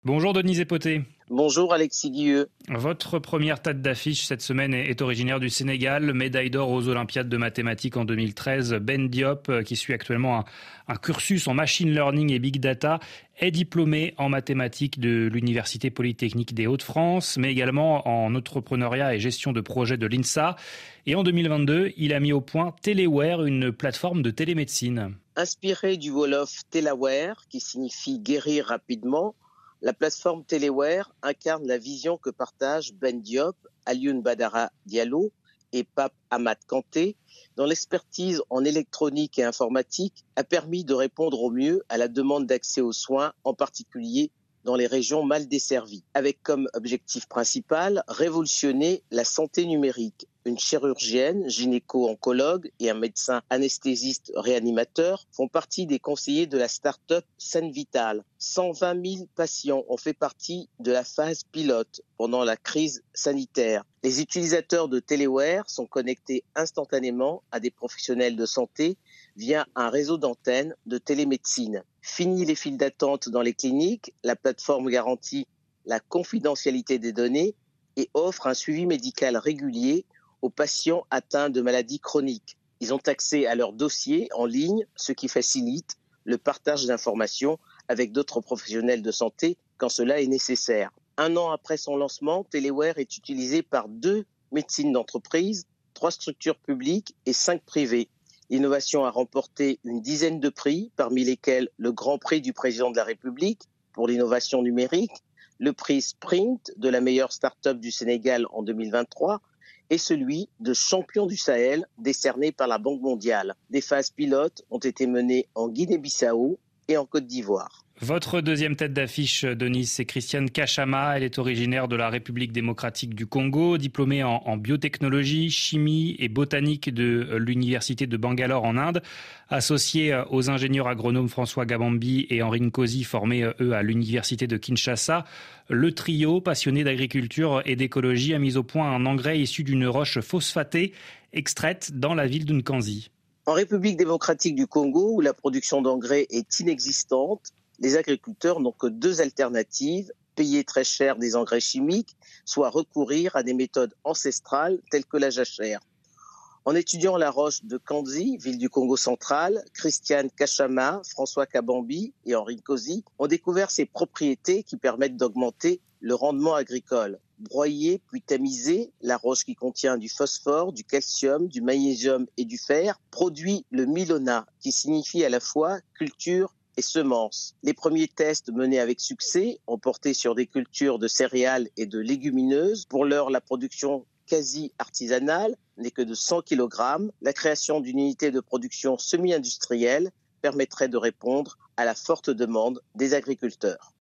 Bonjour Denise Epoté. Bonjour Alexis Guilleux. Votre première tête d'affiche cette semaine est originaire du Sénégal, médaille d'or aux Olympiades de mathématiques en 2013. Ben Diop, qui suit actuellement un cursus en machine learning et big data, est diplômé en mathématiques de l'Université Polytechnique des Hauts-de-France, mais également en entrepreneuriat et gestion de projet de l'INSA. Et en 2022, il a mis au point Teleware, une plateforme de télémédecine. Inspiré du Wolof Telaware, qui signifie guérir rapidement, la plateforme Teleware incarne la vision que partagent Ben Diop, Alioune Badara Diallo et Pape Ahmad Kanté, dont l'expertise en électronique et informatique a permis de répondre au mieux à la demande d'accès aux soins, en particulier dans les régions mal desservies, avec comme objectif principal révolutionner la santé numérique. Une chirurgienne, gynéco-oncologue et un médecin anesthésiste réanimateur font partie des conseillers de la start-up Senvital. 120 000 patients ont fait partie de la phase pilote pendant la crise sanitaire. Les utilisateurs de Teleware sont connectés instantanément à des professionnels de santé via un réseau d'antennes de télémédecine. Fini les files d'attente dans les cliniques, la plateforme garantit la confidentialité des données et offre un suivi médical régulier aux patients atteints de maladies chroniques. Ils ont accès à leur dossier en ligne, ce qui facilite le partage d'informations avec d'autres professionnels de santé quand cela est nécessaire. Un an après son lancement, Teleware est utilisé par 2 médecines d'entreprise, 3 structures publiques et 5 privées. L'innovation a remporté une dizaine de prix, parmi lesquels le Grand Prix du Président de la République pour l'innovation numérique, le prix Sprint de la meilleure start-up du Sénégal en 2023 et celui de champion du Sahel décerné par la Banque mondiale. Des phases pilotes ont été menées en Guinée-Bissau et en Côte d'Ivoire. Votre deuxième tête d'affiche, Denise, c'est Christiane Kachama. Elle est originaire de la République démocratique du Congo, diplômée en biotechnologie, chimie et botanique de l'Université de Bangalore en Inde. Associée aux ingénieurs agronomes François Gabambi et Henri Nkosi, formés eux à l'Université de Kinshasa, le trio, passionné d'agriculture et d'écologie, a mis au point un engrais issu d'une roche phosphatée extraite dans la ville d'Nkanzi. En République démocratique du Congo, où la production d'engrais est inexistante, les agriculteurs n'ont que 2 alternatives, payer très cher des engrais chimiques, soit recourir à des méthodes ancestrales telles que la jachère. En étudiant la roche de Kanzi, ville du Congo central, Christiane Kachama, François Kabambi et Henri Nkosi ont découvert ses propriétés qui permettent d'augmenter le rendement agricole. Broyer puis tamiser, la roche qui contient du phosphore, du calcium, du magnésium et du fer produit le milona, qui signifie à la fois culture et semences. Les premiers tests menés avec succès ont porté sur des cultures de céréales et de légumineuses. Pour l'heure, la production quasi artisanale n'est que de 100 kg. La création d'une unité de production semi-industrielle permettrait de répondre à la forte demande des agriculteurs.